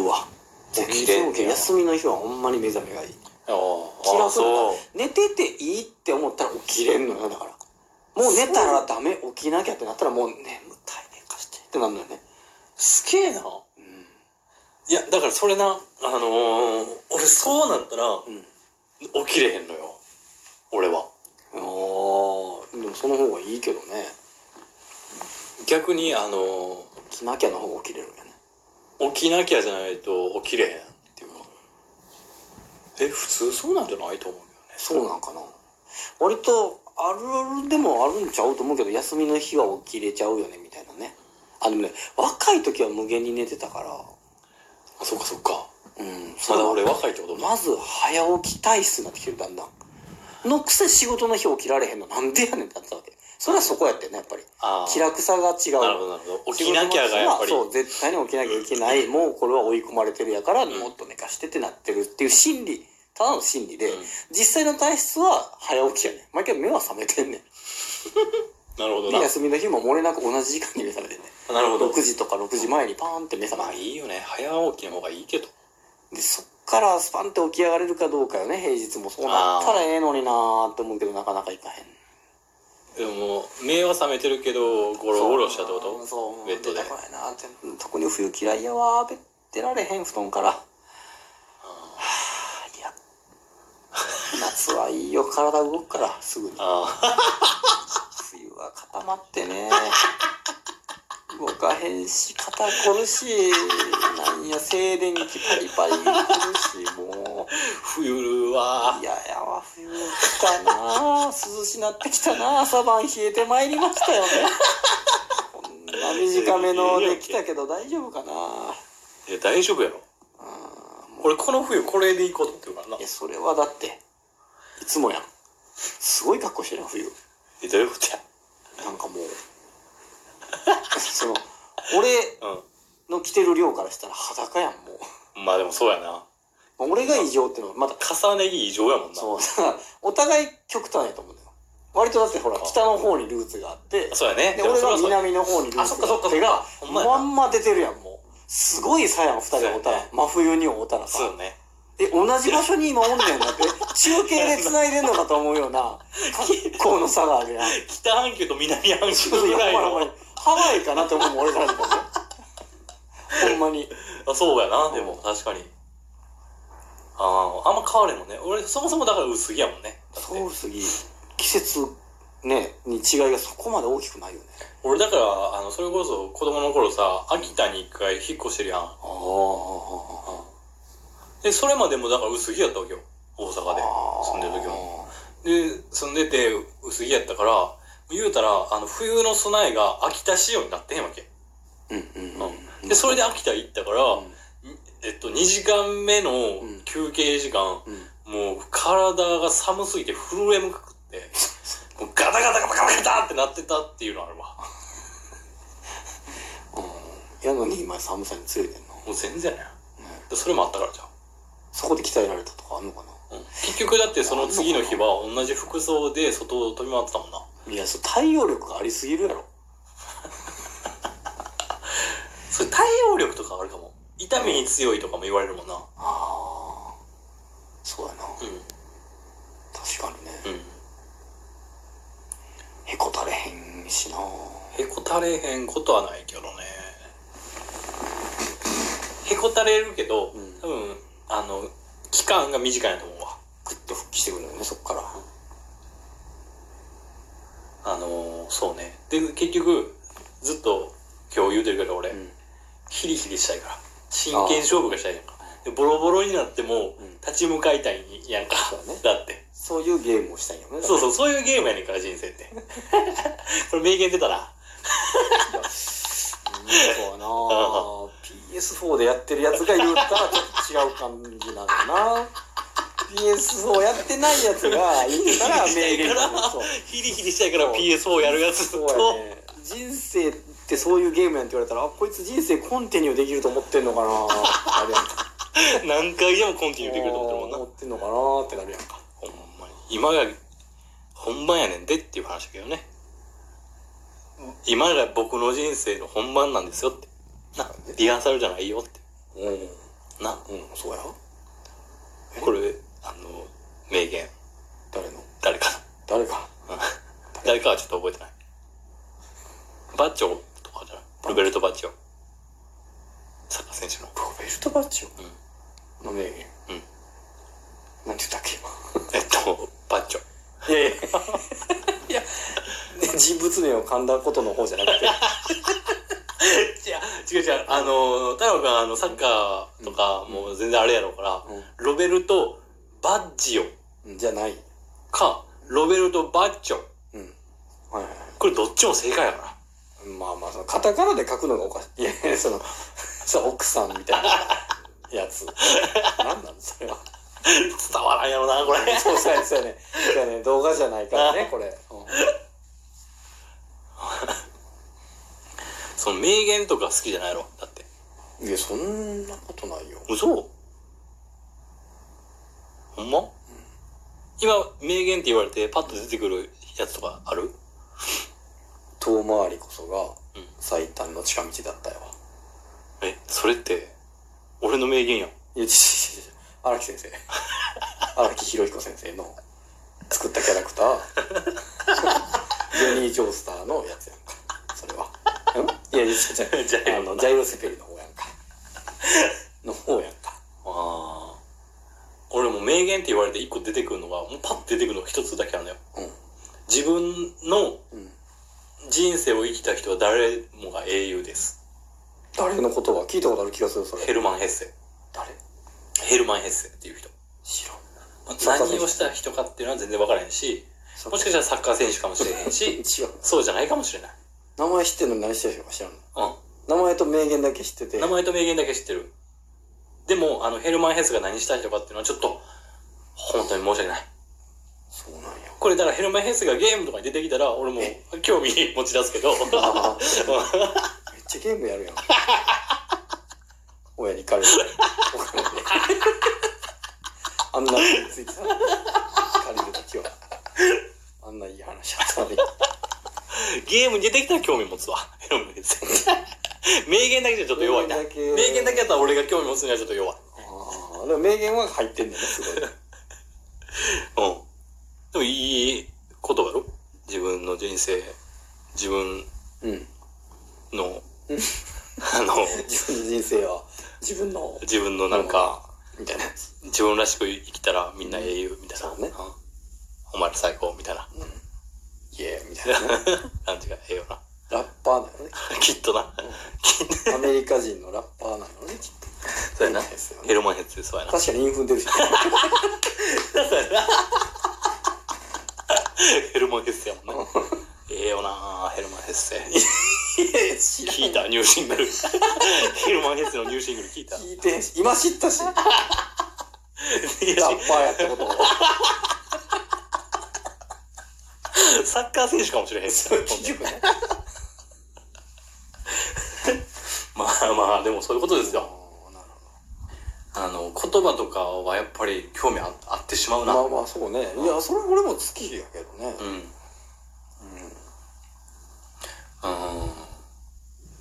わ。全然起きる。休みの日はほんまに目覚めがいい。気楽だ。寝てていいって思ったら起きれんのよ。だからもう寝たらダメ、起きなきゃってなったらもう眠たい寝かしてってなるのよね。 すげえな。いやだからそれな、俺そうなったら、起きれへんのよ俺は。 でもその方がいいけどね。 逆に起きなきゃの方が起きれるよね。起きなきゃじゃないと起きれへんっていうか、普通そうなんじゃないと思うよね。 そうなんかな。割とあるあるでもあるんちゃうと思うけど、休みの日は起きれちゃうよねみたいなね。でもね、若い時は無限に寝てたから。 そっかそっか。 まだ俺若いってこと。 まず早起き体質になってきてる。だんだんのくせ仕事の日起きられへんのなんでやねんってなったわけ。それはそこやってね、やっぱり気楽さが違う。 なるほどなるほど。起きなきゃがやっぱり、 そう絶対に起きなきゃいけない。もうこれは追い込まれてるやから、もっと寝かしてってなってるっていう心理、ただの心理で、実際の体質は早起きやねん。毎回目は覚めてんねん。 なるほどな。 で休みの日も漏れなく同じ時間に目覚めてんねん。 なるほど。 6時とか6時前にパーンって目覚めて。 いいよね、早起きの方がいいけど。 でそっからスパンって起き上がれるかどうかよね。平日もそうなったらええのになーって思うけど、なかなかいかへん。 でも目は覚めてるけどゴロゴロしたってこと？ そうベッドで。 これなって。特に冬嫌いやわ。出られへん布団から。いや夏はいいよ。体動くからすぐに。冬は固まってね、動かへんし、肩こるし、なんや静電気パリパリくるし、もう冬は嫌やわ。冬来たな。涼しなってきたな。朝晩冷えてまいりましたよね。こんな短めので来たけど大丈夫かな。 いや大丈夫やろ。俺この冬これで行こうと思ってるからな。 いやそれはだっていつもやん。すごい格好してるやん冬。 どういうことや。 なんかもうその俺の着てる量からしたら裸やんもう。まあでもそうやな。 俺が異常ってのはまた重ね着異常やもんな。 そうお互い極端やと思うんだよ。割とだってほら北の方にルーツがあって、 そうやね。 で俺が南の方にルーツがあってがまんま出てるやん。もうすごい差やん。2人会うたら、真冬に会うたらさ。 そうね。 同じ場所に今おんねんだって。中継で繋いでんのかと思うような格好の差があるやん。 北半球と南半球ぐらいのハワイかなって思うもん俺から見たらね。ほんまに。 そうやな。でも確かにあんま変われんもんね。俺そもそもだから薄着やもんね。 そう薄着。季節ねに違いがそこまで大きくないよね。 俺だからそれこそ子供の頃さ、秋田に一回引っ越してるやん。でそれまでもだから薄着やったわけよ。大阪で住んでる時も。で住んでて薄着やったから、言うたら冬の備えが秋田仕様になってへんわけ。でそれで秋田行ったから、2時間目の休憩時間、もう体が寒すぎて震えむくってもうガタガタガタガタガタってなってたっていうのあるわ。 やのに今寒さに強いでんの。 もう全然やな。それもあったからじゃん。 そこで鍛えられたとかあんのかな。 結局だってその次の日は同じ服装で外を飛び回ってたもんな。 いや対応力がありすぎるやろ。 それ対応力とかあるかも。痛みに強いとかも言われるもんな。 そうやな。確かにね。へこたれへんしな。 へこたれへんことはないけどね。へこたれるけど、多分期間が短いなと思うわ。 グッと復帰してくるよね、そっから。 そうね。で結局ずっと今日言うてるけど俺、ヒリヒリしたいから、真剣勝負がしたいやんか。でボロボロになっても立ち向かいたいやんか。だってそういうゲームをしたいよね。 そういうゲームやねんから人生ってこれ名言出たな。 そうやな。PS4 でやってるやつが言ったらちょっと違う感じなのな。PS4 やってないやつが言ったら名言だね。 ヒリヒリしたいから PS4 やるやつと、 人生ってそういうゲームやんって言われたら、こいつ人生コンティニューできると思ってんのかなあれやんか。 何回でもコンティニューできると思ってるもんな。 思ってんのかなってなるやんか。 ほんまに今が本番やねんでっていう話だけどね。今が僕の人生の本番なんですよってな。リハーサルじゃないよって。 な。 うん、そうや。 これ、名言。 誰かか。 誰かはちょっと覚えてない。バッジョとかじゃない？ロベルト・バッジョ。サッカー選手の。 ロベルト・バッジョの名言。なんて言ったっけ今。 バッジョ。 いやいや。いや、人物名を噛んだことの方じゃなくて。 違う。太郎君サッカーとかもう全然あれやろうから、ロベルト・バッジオじゃないか、ロベルト・バッジョ。 はいはい。 これどっちも正解やから。 まあ、そのカタカナで書くのがおかしい。いや、奥さんみたいなやつ。なんなんそれは。 伝わらんやろな、これ。 そうやね。動画じゃないからね、これ。 その名言とか好きじゃないのだって。 いや、そんなことないよ。 嘘？ほんま？今、名言って言われてパッと出てくるやつとかある？ 遠回りこそが最短の近道だったよ。 それって俺の名言やん。 いや、荒木先生。荒木博彦先生の作ったキャラクター、ジョニー・ジョースターのやつやんか。それは。いや、ジャイロセペリの方やんか。 俺も名言って言われて一個出てくるのが、もうパッと出てくるのが一つだけあるのよ。自分の人生を生きた人は誰もが英雄です。 誰の言葉聞いたことある気がする、それ。 ヘルマン・ヘッセ。 誰？ ヘルマン・ヘッセっていう人。 知らん。 何をした人かっていうのは全然分からへんし、もしかしたらサッカー選手かもしれへんし、そうじゃないかもしれない。 名前知ってるのに何してる人か知らんの？ うん。 名前と名言だけ知ってて。 名前と名言だけ知ってる。でも、ヘルマン・ヘッセが何した人かっていうのはちょっと、本当に申し訳ない。 そうなんや。 これだからヘルマン・ヘッセがゲームとかに出てきたら、俺も興味持ち出すけど。めっちゃゲームやるやん。親に借りて。お金で。あんなについてたのに借りるときは。あんないい話やったのに。 ゲームに出てきたら興味持つわ。ヘルマン・ヘッセ。名言だけじゃちょっと弱いな。名言だけやったら俺が興味持つにはちょっと弱い。 でも名言は入ってんねんね、すごい。 でもいいことだろ？自分の人生、自分の、 自分の人生は、 自分のなんか、 みたいな。 自分らしく生きたらみんな英雄みたいな。 そうね。 お前ら最高みたいな。 イエーみたいな。 感じがええよな。 ラッパーなのね。 きっとな。 アメリカ人のラッパーなのね、きっと。 そうやな。ヘルマン・ヘッセ、そうやな。 確かにインフン出るし。 そうやな。ヘルマン・ヘッセやもんね。ええよなヘルマン・ヘッセ。聞いたニューシングル。ヘルマン・ヘッセのニューシングル聞いた。 聞いて、今知ったし。ラッパーやったことを。 サッカー選手かもしれへん。 結局ね。 まあ、でもそういうことですよ。言葉とかはやっぱり興味あってしまうな。 まあそうね。いや、それ俺も好きやけどね。